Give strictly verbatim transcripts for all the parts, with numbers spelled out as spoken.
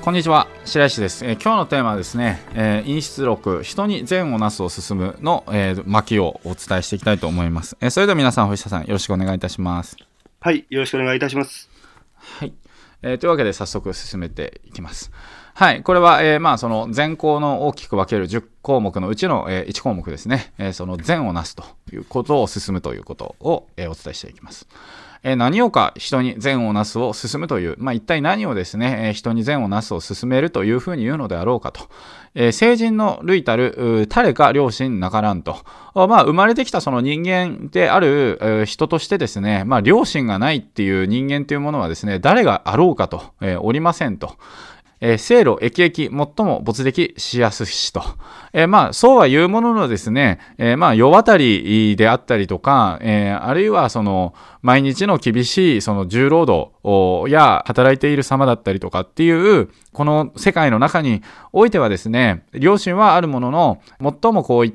こんにちは、白石です。えー、今日のテーマはですね、えー、陰湿録、人に善をなすを進むの、えー、巻をお伝えしていきたいと思います。えー、それでは皆さん、星田さん、よろしくお願いいたします。 はい、よろしくお願いいたします。 はい。えー、というわけで早速進めていきます。はい、これは、えー、まあその善行の大きく分けるじゅっこうもくのうちの、えー、いちこうもくですね、えー、その善をなすということを進むということを、えー、お伝えしていきます。えー、何をか人に善をなすを進むという、まあ、一体何をですね、えー、人に善をなすを進めるというふうに言うのであろうかと、えー、成人の類たる誰か良心なからんと、まあ、生まれてきたその人間である、えー、人としてですね、まあ、良心がないっていう人間というものはですね、誰があろうかと、えー、おりませんと。えー、生路駅駅最も没歴しやすしと、えー、まあそうは言うもののですね、えー、まあ世渡りであったりとか、えー、あるいはその毎日の厳しいその重労働や働いている様だったりとかっていうこの世界の中においてはですね、良心はあるものの最もこういった、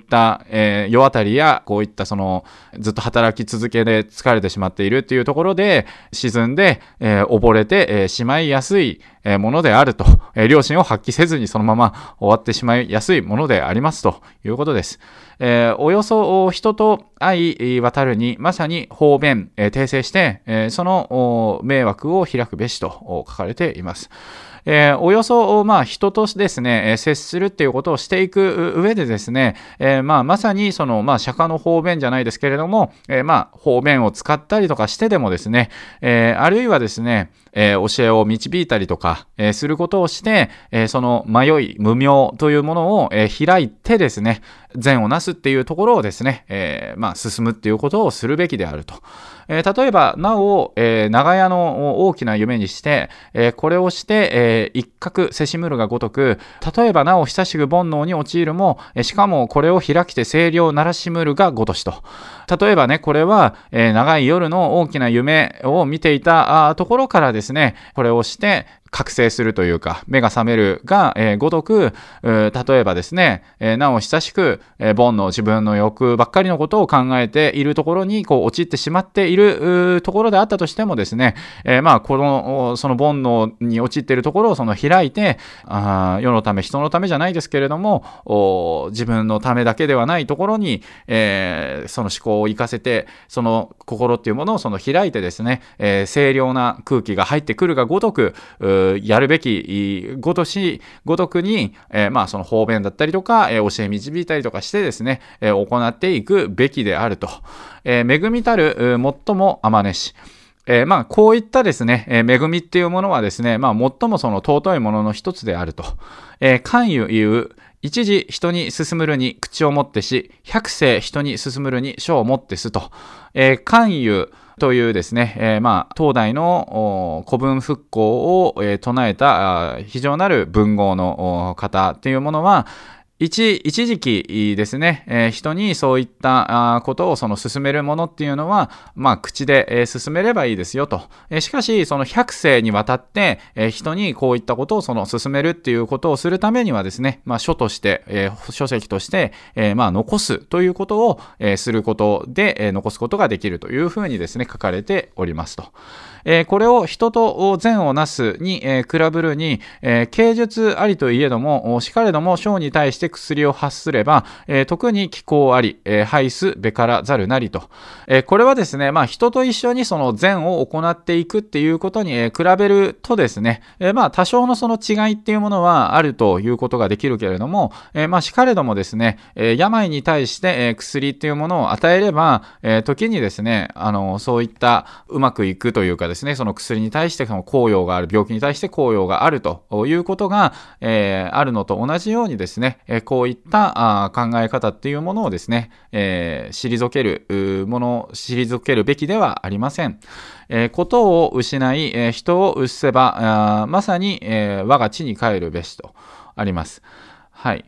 えー、世渡りやこういったそのずっと働き続けで疲れてしまっているっていうところで沈んで、えー、溺れて、えー、しまいやすいものであると、えー、良心を発揮せずにそのまま終わってしまいやすいものでありますということです。えー、およそ人と相渡るにまさに方便、えー、訂正して、えー、その迷惑を開くべしと書かれています。えー、およそ、まあ、人とですね、接するっていうことをしていく上でですね、えー、まあ、まさにその、まあ、釈迦の方便じゃないですけれども、えー、まあ、方便を使ったりとかしてでもですね、えー、あるいはですね、えー、教えを導いたりとか、えー、することをして、えー、その迷い、無明というものを、えー、開いてですね、善をなすっていうところをですね、えー、まあ、進むっていうことをするべきであると。えー、例えば、なお、えー、長屋の大きな夢にして、えー、これをして、えー、一角せしむるがごとく、例えばなお久しく煩悩に陥るも、えー、しかもこれを開きて清涼ならしむるがごとしと。例えばね、これは、えー、長い夜の大きな夢を見ていたところからですね、これをして、覚醒するというか、目が覚めるが、えー、ごとく、例えばですね、えー、なお久しく、えー、煩悩、自分の欲ばっかりのことを考えているところに、こう、陥ってしまっているところであったとしてもですね、えー、まあ、この、その煩悩に陥っているところをその開いて、あ世のため、人のためじゃないですけれども、自分のためだけではないところに、えー、その思考を活かせて、その心っていうものをその開いてですね、えー、清涼な空気が入ってくるがごとく、やるべきごとし、ごとくに、えー、まあその方便だったりとか、えー、教え導いたりとかしてですね、えー、行っていくべきであると。えー、恵みたる最もあまねし。えー、まあこういったですね、えー、恵みっていうものはですね、まあ最もその尊いものの一つであると。えー、寛유言う。一時人に進むるに口をもってし、百世人に進むるに書をもってすと。えー、寛유というですね、えー、まあ東大の古文復興を、えー、唱えた非常なる文豪の方っていうものは、一, 一時期ですね、えー、人にそういったことをその進めるものっていうのは、まあ口で、えー、進めればいいですよと。えー、しかしその百世にわたって、えー、人にこういったことをその進めるっていうことをするためにはですね、まあ書として、えー、書籍として、えー、まあ残すということを、えー、することで、えー、残すことができるというふうにですね書かれておりますと。えー、これを人と善をなすに、えー、比べるに、えー、啓述ありといえども、しかれども小に対して薬を発すれば、えー、特に気候あり、えー、排すべからざるなりと。えー、これはですね、まあ人と一緒にその善を行っていくっていうことに、えー、比べるとですね、えー、まあ多少のその違いっていうものはあるということができるけれども、えー、まあしかれどもですね、えー、病に対して、えー、薬っていうものを与えれば、えー、時にですね、あのそういったうまくいくというかですね、その薬に対してその効用がある、病気に対して効用があるということが、えー、あるのと同じようにですね、えー、こういったあ考え方っていうものをですね、えー、退けるもの、退けるべきではありません。えー、ことを失い、えー、人を失せば、まさに、えー、我が地に帰るべしとあります。はい。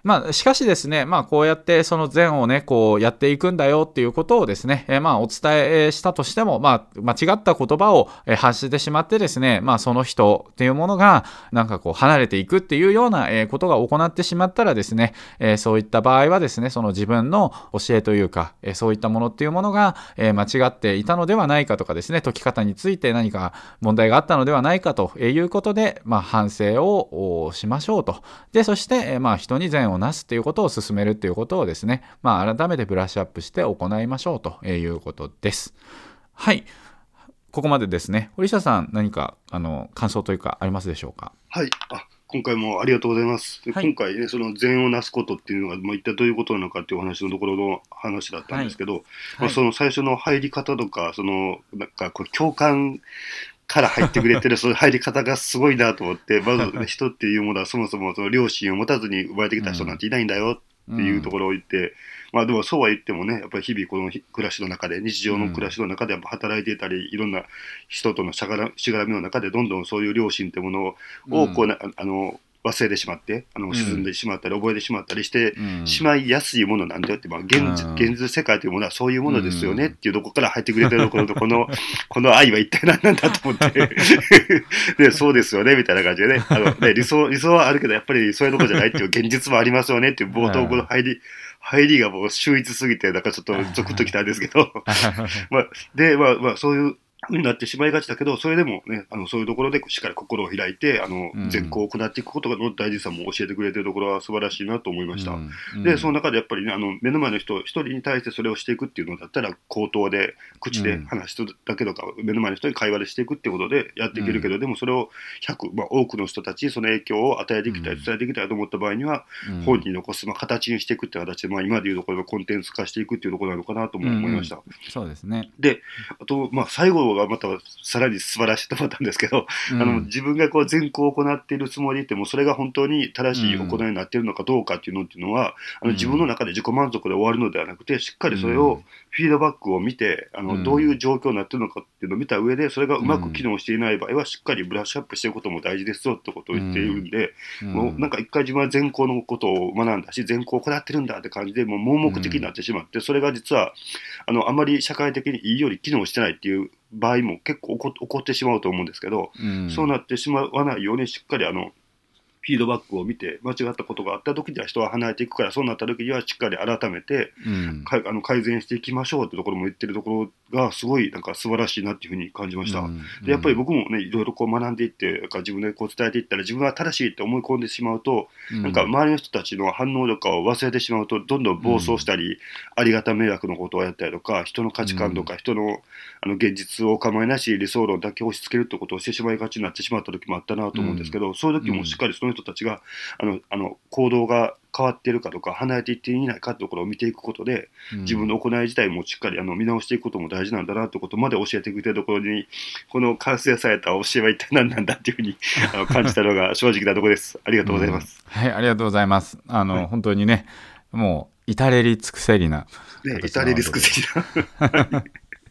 まあ、しかしですね、まあ、こうやってその善をね、こうやっていくんだよっていうことをですね、えー、まあ、お伝えしたとしても、まあ、間違った言葉を発してしまってですね、まあ、その人っていうものが、なんかこう、離れていくっていうようなことが行ってしまったらですね、えー、そういった場合はですね、その自分の教えというか、えー、そういったものっていうものが、えー、間違っていたのではないかとかですね、解き方について何か問題があったのではないかということで、まあ、反省をしましょうと。で、そして、えー、まあ、人に善をなすっていうことを進めるっていうことをですね、まあ、改めてブラッシュアップして行いましょうということです。はい。ここまでですね。堀下さん、何かあの感想というかありますでしょうか。 はい。あ、今回もありがとうございます。はい、今回ね、その善をなすことっていうのが、まあ、一体どういうことなのかっていうお話のところの話だったんですけど、はいまあ、その最初の入り方とか、その、なんかこう共感から入ってくれてるその入り方がすごいなと思って、まず人っていうものはそもそもその良心を持たずに生まれてきた人なんていないんだよっていうところを言って、うんまあでもそうは言ってもね、やっぱり日々この暮らしの中で、日常の暮らしの中でやっぱ働いていたり、いろんな人とのしがらしがらみの中でどんどんそういう良心ってものをこうな、うん、あの忘れてしまって、あの沈んでしまったり、覚えてしまったりしてしまいやすいものなんだよって、まあ現実、現実世界というものはそういうものですよねっていうところから入ってくれてるところと、この、この愛は一体何なんだと思って、で、そうですよね、みたいな感じでね、あのね理想、理想はあるけど、やっぱりそういうとこじゃないっていう現実もありますよねっていう冒頭この入り、入りがもう秀逸すぎて、なんかちょっとゾクッときたんですけど、まあ、で、まあ、まあ、そういう、になってしまいがちだけど、それでもね、あのそういうところでしっかり心を開いて、あの、うん、善行を行っていくことの大事さも教えてくれているところは素晴らしいなと思いました。うんうん、で、その中でやっぱりね、あの目の前の人一人に対してそれをしていくっていうのだったら、口頭で口で話すだけとか、うん、目の前の人に会話でしていくっていうことでやっていけるけど、うん、でもそれをひゃく、まあ、多くの人たちにその影響を与えていきたい、伝えていきたいと思った場合には、うん、本に残す、まあ、形にしていくっていう形で、まあ、今でいうところのコンテンツ化していくっていうところなのかなとも思いました。うんうん、 そうですね。 で、あと、まあ、最後がまたさらに素晴らしいと思ったんですけど、うん、あの自分がこう善行を行っているつもりでいても、それが本当に正しい行いになっているのかどうかっていうのっていうのは、うん、あの自分の中で自己満足で終わるのではなくて、しっかりそれをフィードバックを見て、あのどういう状況になっているのかっていうのを見た上で、それがうまく機能していない場合は、しっかりブラッシュアップしていくことも大事ですよってことを言っているんで、うん、もうなんか一回自分は善行のことを学んだし、善行を行ってるんだって感じで、もう盲目的になってしまって、それが実はあのあまり社会的にいいより機能してないっていう場合も結構起こ、起こってしまうと思うんですけど、うん、そうなってしまわないようにしっかりあのフィードバックを見て間違ったことがあった時には人は離れていくから、そうなった時にはしっかり改めて、うん、かあの改善していきましょうってところも言ってるところがすごいなんか素晴らしいなっていうふうに感じました。うん、でやっぱり僕もねいろいろこう学んでいってなんか自分でこう伝えていったら、自分は正しいって思い込んでしまうと、うん、なんか周りの人たちの反応とかを忘れてしまうとどんどん暴走したり、うん、ありがた迷惑のことをやったりとか、人の価値観とか、うん、人のあの現実をお構いなし理想論だけ押し付けるってことをしてしまいがちになってしまった時もあったなと思うんですけど、うん、そういう時もしっかりその人たちがあのあの行動が変わっているかとか離れていっていないかというところを見ていくことで、うん、自分の行い自体もしっかりあの見直していくことも大事なんだなということまで教えてくれているところに、この完成された教えは一体何なんだっていうふうにあの感じたのが正直なところです。ありがとうございます。 うん、はい、ありがとうございます。あの、はい、本当にね、もう至れり尽くせりな、 ね、至れり尽くせりな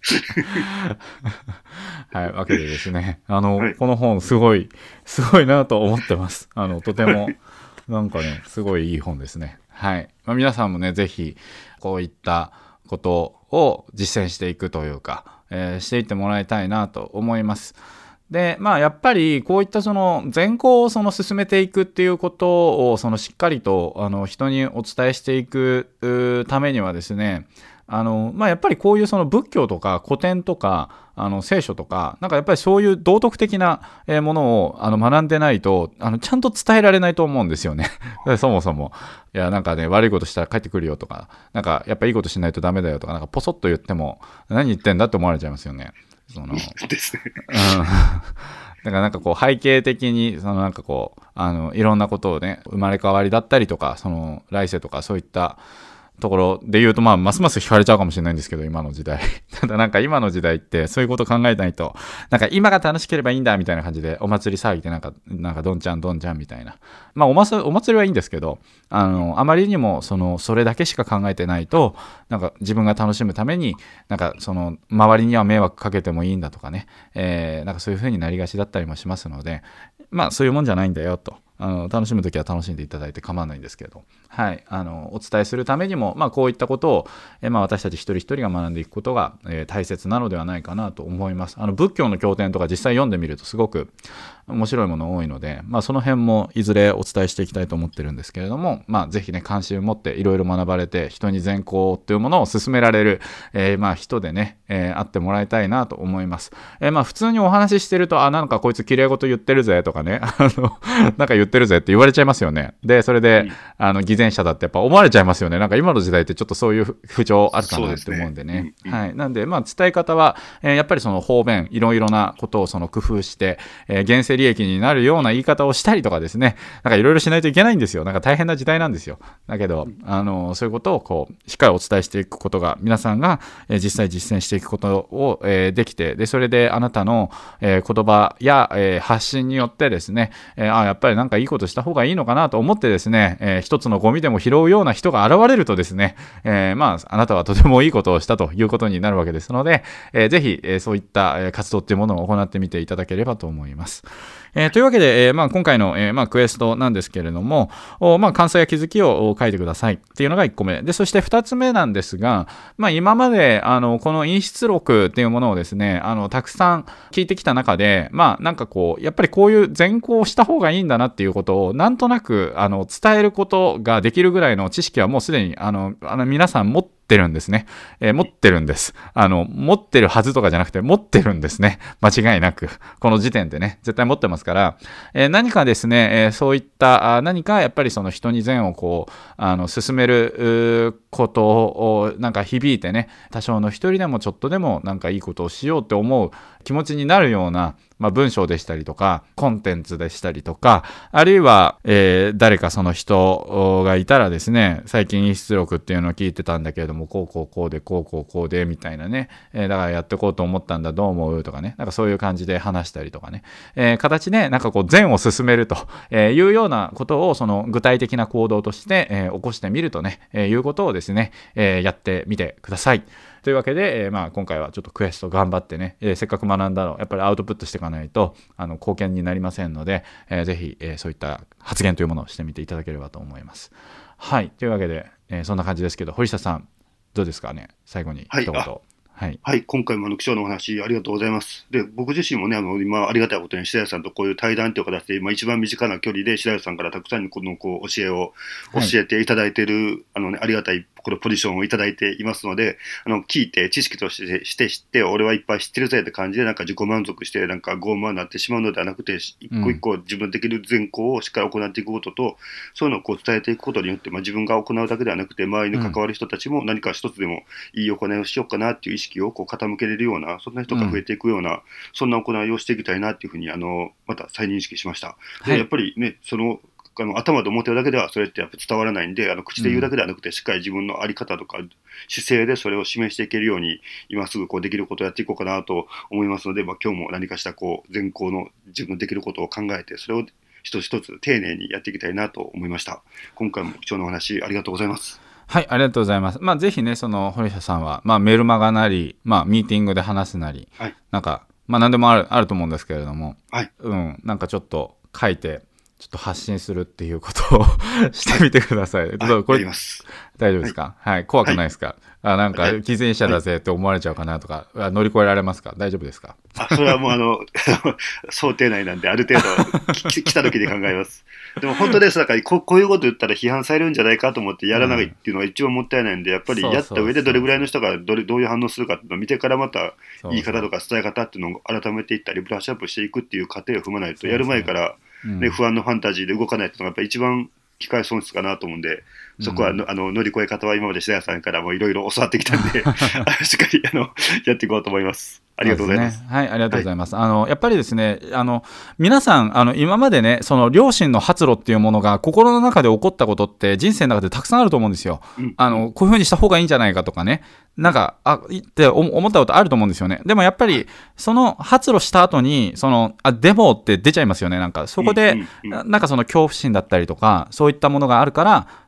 はい、わけでですね、あの、はい、この本すごいすごいなと思ってます。あのとてもなんかねすごいいい本ですね。はい、まあ、皆さんもねぜひこういったことを実践していくというか、えー、していってもらいたいなと思います。でまあやっぱりこういったその善行をその進めていくっていうことをそのしっかりとあの人にお伝えしていくためにはですね、あのまあ、やっぱりこういうその仏教とか古典とかあの聖書とかなんかやっぱりそういう道徳的なものをあの学んでないとあのちゃんと伝えられないと思うんですよねそもそもいやなんかね悪いことしたら帰ってくるよとか、なんかやっぱいいことしないとダメだよとか、なんかポソッと言っても何言ってんだって思われちゃいますよね。そのですね、 うん、だからなんかこう背景的にそのなんかこうあのいろんなことをね、生まれ変わりだったりとかその来世とかそういったところで言うと、まあますます惹かれちゃうかもしれないんですけど、今の時代ただなんか今の時代ってそういうこと考えないと、なんか今が楽しければいいんだみたいな感じでお祭り騒ぎでなんかなんかどんちゃんどんちゃんみたいな、まあお祭り、お祭りはいいんですけど、あのあまりにもそのそれだけしか考えてないと、なんか自分が楽しむためになんかその周りには迷惑かけてもいいんだとかね、えー、なんかそういう風になりがちだったりもしますので、まあそういうもんじゃないんだよと。 あの楽しむときは楽しんでいただいて構わないんですけど、はい、あのお伝えするためにも、まあ、こういったことを、えまあ、私たち一人一人が学んでいくことが、えー、大切なのではないかなと思います。あの仏教の経典とか実際読んでみるとすごく面白いもの多いので、まあ、その辺もいずれお伝えしていきたいと思ってるんですけれども、まあ、ぜひね関心を持っていろいろ学ばれて人に善行というものを勧められる、えー、まあ人でね、えー、あってもらいたいなと思います。えー、まあ普通にお話ししてると、あ、なんかこいつ綺麗事言ってるぜとかねあのなんか言ってるぜって言われちゃいますよね。でそれで、うん、あの偽善者だってやっぱ思われちゃいますよね。なんか今の時代ってちょっとそういう風潮あるかなって思うんでね。でね、うんうん、はい、なんでまあ伝え方は、えー、やっぱりその方便いろいろなことをその工夫して、えー、現世利益になるような言い方をしたりとかですね、なんかいろいろしないといけないんですよ。なんか大変な時代なんですよ。だけど、あのそういうことをこうしっかりお伝えしていくことが、皆さんが、えー、実際実践していくことを、えー、できて、でそれであなたの、えー、言葉や、えー、発信によってですね、えー、あやっぱりなんかいいことした方がいいのかなと思ってですね、えー、一つのゴミでも拾うような人が現れるとですね、えー、まああなたはとてもいいことをしたということになるわけですので、えー、ぜひ、えー、そういった、えー、活動っていうものを行ってみていただければと思います。えー、というわけで、えーまあ、今回の、えーまあ、クエストなんですけれども、まあ、感想や気づきを書いてくださいっていうのがいっこめで、そしてふたつめなんですが、まあ、今まであのこの陰湿録っていうものをですね、あのたくさん聞いてきた中で、まあなんかこうやっぱりこういう善行をした方がいいんだなっていうことをなんとなくあの伝えることができるぐらいの知識はもうすでにあのあの皆さん持って持ってるんですね、えー、持ってるんです。あの持ってるはずとかじゃなくて持ってるんですね。間違いなくこの時点でね絶対持ってますから、えー、何かですね、えー、そういったあ何かやっぱりその人に善をこうあの進めることをなんか響いてね、多少の一人でもちょっとでもなんかいいことをしようって思う気持ちになるような、まあ、文章でしたりとかコンテンツでしたりとか、あるいは、えー、誰かその人がいたらですね、最近陰湿録っていうのを聞いてたんだけれども、こうこうこうでこうこうこうでみたいなね、えー、だからやっていこうと思ったんだどう思うとかね、なんかそういう感じで話したりとかね、えー、形でなんかこう善を進めるというようなことをその具体的な行動として、えー、起こしてみるとね、えー、いうことをですね、えー、やってみてください。というわけで、えーまあ、今回はちょっとクエスト頑張ってね、えー、せっかく学んだのをやっぱりアウトプットしていかないとあの貢献になりませんので、えー、ぜひ、えー、そういった発言というものをしてみていただければと思います。はい、というわけで、えー、そんな感じですけど、堀下さんどうですかね、最後に一言。はいはい、 はい、今回もあの貴重なお話ありがとうございます。で、僕自身もね、あの今ありがたいことに白石さんとこういう対談という形で、今一番身近な距離で白石さんからたくさんにこのこう教えを教えていただいている、はい、あのね、ありがたいこのポジションをいただいていますので、あの聞いて知識としてして知って俺はいっぱい知ってるぜって感じでなんか自己満足してなんか傲慢になってしまうのではなくて、一個一個自分できる善行をしっかり行っていくことと、うん、そういうのをこう伝えていくことによって、まあ、自分が行うだけではなくて周りに関わる人たちも何か一つでもいい行いをしようかなっていう意識をこう傾けれるような、そんな人が増えていくような、うん、そんな行いをしていきたいなっていうふうにあのまた再認識しました。で、はい、やっぱりね、そのあの頭で思ってるだけではそれってやっぱ伝わらないんで、あの口で言うだけではなくて、しっかり自分の在り方とか姿勢でそれを示していけるように今すぐこうできることをやっていこうかなと思いますので、まあ、今日も何かしたこう善行の自分のできることを考えて、それを一つ一つ丁寧にやっていきたいなと思いました。今回も貴重なお話ありがとうございます。 はい、ありがとうございます。まあ、ぜひね、その堀下さんは、まあ、メルマガなり、まあ、ミーティングで話すなり、はい、なんか、まあ、何でもある、あると思うんですけれども、はい、うん、なんかちょっと書いて、ちょっと発信するっていうことをしてみてください。はい、どうこれやります。 大丈夫ですか？はい、はい、怖くないですか？はい、あなんか偽善者だぜって思われちゃうかなとか、はい、乗り越えられますか？大丈夫ですか？ あ、それはもうあの想定内なんである程度来た時に考えます。でも本当です。だからここういうこと言ったら批判されるんじゃないかと思ってやらないっていうのが一番もったいないんで、やっぱりやった上でどれぐらいの人がどれどういう反応するかっていうのを見てからまた言い方とか伝え方っていうのを改めていったりブラッシュアップしていくっていう過程を踏まないと、やる前からね、不安のファンタジーで動かないっていうのがやっぱり一番機会損失かなと思うんで、そこは、うん、あの乗り越え方は今まで白谷さんからもいろいろ教わってきたんでしっかりあのやっていこうと思います。ありがとうございます。 ね、はい、ありがとうございます。はい、あのやっぱりですね、あの皆さんあの今までね、その良心の発露っていうものが心の中で起こったことって人生の中でたくさんあると思うんですよ。うん、あのこういう風にした方がいいんじゃないかとかね、なんかあって思ったことあると思うんですよね。でもやっぱりその発露した後にそのあデモって出ちゃいますよね。なんかそこで、うんうんうん、なんかその恐怖心だったりとかそういったものがあるから、その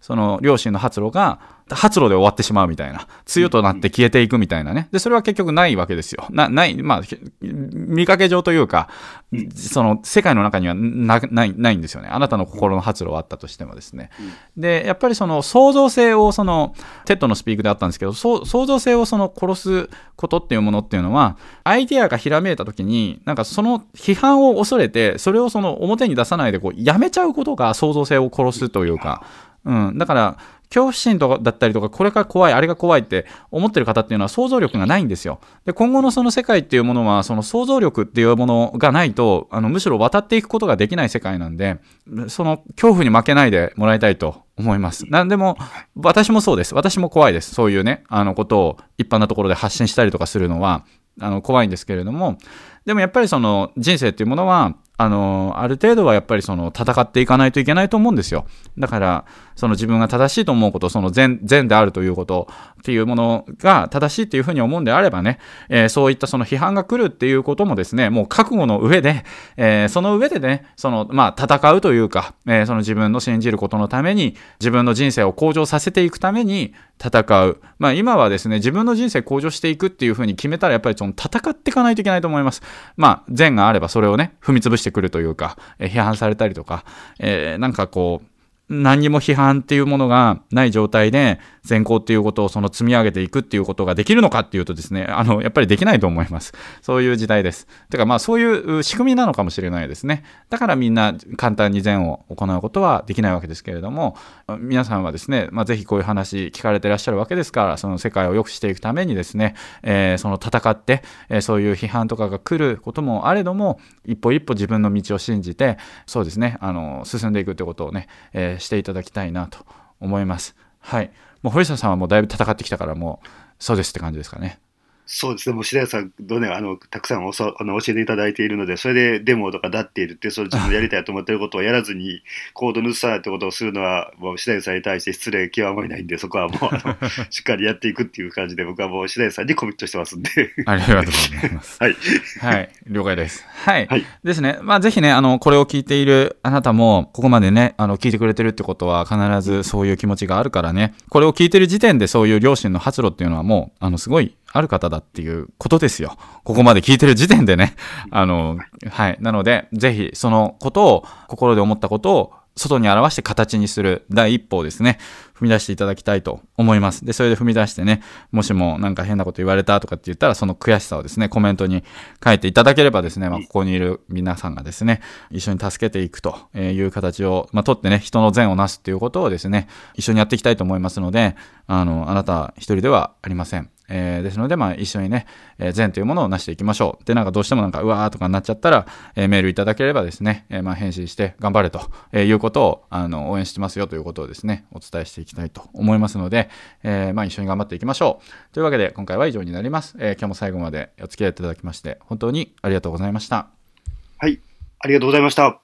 良心の発露が発露で終わってしまうみたいな、梅雨となって消えていくみたいなね。で、それは結局ないわけですよ。な、ない、まあ、見かけ上というか、その世界の中にはな、ない、ないんですよね。あなたの心の発露はあったとしてもですね。で、やっぱりその創造性を、その、テッドのスピークであったんですけど、創造性をその殺すことっていうものっていうのは、アイデアがひらめいたときに、なんかその批判を恐れて、それをその表に出さないでこうやめちゃうことが創造性を殺すというか、うん、だから恐怖心とかだったりとか、これが怖いあれが怖いって思ってる方っていうのは想像力がないんですよ。で、今後のその世界っていうものは、その想像力っていうものがないと、あのむしろ渡っていくことができない世界なんで、その恐怖に負けないでもらいたいと思います。なんでも私もそうです。私も怖いです。そういうね、あのことを一般なところで発信したりとかするのはあの怖いんですけれども、でもやっぱりその人生っていうものはあのある程度はやっぱりその戦っていかないといけないと思うんですよ。だからその自分が正しいと思うこと、その善、善であるということっていうものが正しいっていうふうに思うんであればね、えー、そういったその批判が来るっていうこともですね、もう覚悟の上で、えー、その上でね、そのまあ戦うというか、えー、その自分の信じることのために、自分の人生を向上させていくために戦う。まあ今はですね、自分の人生向上していくっていうふうに決めたら、やっぱりその戦っていかないといけないと思います。まあ善があればそれをね、踏み潰してくるというか、えー、批判されたりとか、えー、なんかこう何にも批判っていうものがない状態で善行っていうことをその積み上げていくっていうことができるのかっていうとですね、あのやっぱりできないと思います。そういう時代です。てかまあそういう仕組みなのかもしれないですね。だからみんな簡単に善を行うことはできないわけですけれども、皆さんはですね、まあ、ぜひこういう話聞かれてらっしゃるわけですから、その世界を良くしていくためにですね、えー、その戦って、えー、そういう批判とかが来ることもあれども、一歩一歩自分の道を信じて、そうですね、あの進んでいくってことをね、えーしていただきたいなと思います。はい。もう堀下さんはもうだいぶ戦ってきたから、もうそうですって感じですかね。 そうですね、もう白谷さんとね、あのたくさんおそあの教えていただいているので、それでデモとかだっているって、それ自分のやりたいと思っていることをやらずに、コード盗さないってことをするのは、もう白谷さんに対して失礼極まりないんで、そこはもうあのしっかりやっていくっていう感じで、僕はもう白谷さんにコミットしてますんで。 ありがとうございます。 はい。 はい。了解です。はい。 はい、 ですね。まあぜひね、あの、これを聞いているあなたも、ここまでね、あの、聞いてくれてるってことは、必ずそういう気持ちがあるからね、これを聞いてる時点でそういう良心の発露っていうのはもう、あの、すごい、ある方だっていうことですよ。ここまで聞いてる時点でね。あの、はい。なので、ぜひそのことを、心で思ったことを外に表して形にする第一歩をですね、踏み出していただきたいと思います。で、それで踏み出してね、もしもなんか変なこと言われたとかって言ったら、その悔しさをですね、コメントに書いていただければですね、まあ、ここにいる皆さんがですね、一緒に助けていくという形を、まあ、取ってね、人の善をなすっていうことをですね、一緒にやっていきたいと思いますので、あの、あなた一人ではありません。えー、ですので、まあ、一緒にね、えー、善というものを成していきましょう。で、なんかどうしてもなんか、うわーとかになっちゃったら、えー、メールいただければですね、えー、まあ、返信して頑張れということを、あの、応援してますよということをですね、お伝えしていきたいと思いますので、えー、まあ、一緒に頑張っていきましょう。というわけで、今回は以上になります。えー、今日も最後までお付き合いいただきまして、本当にありがとうございました。 はい、ありがとうございました。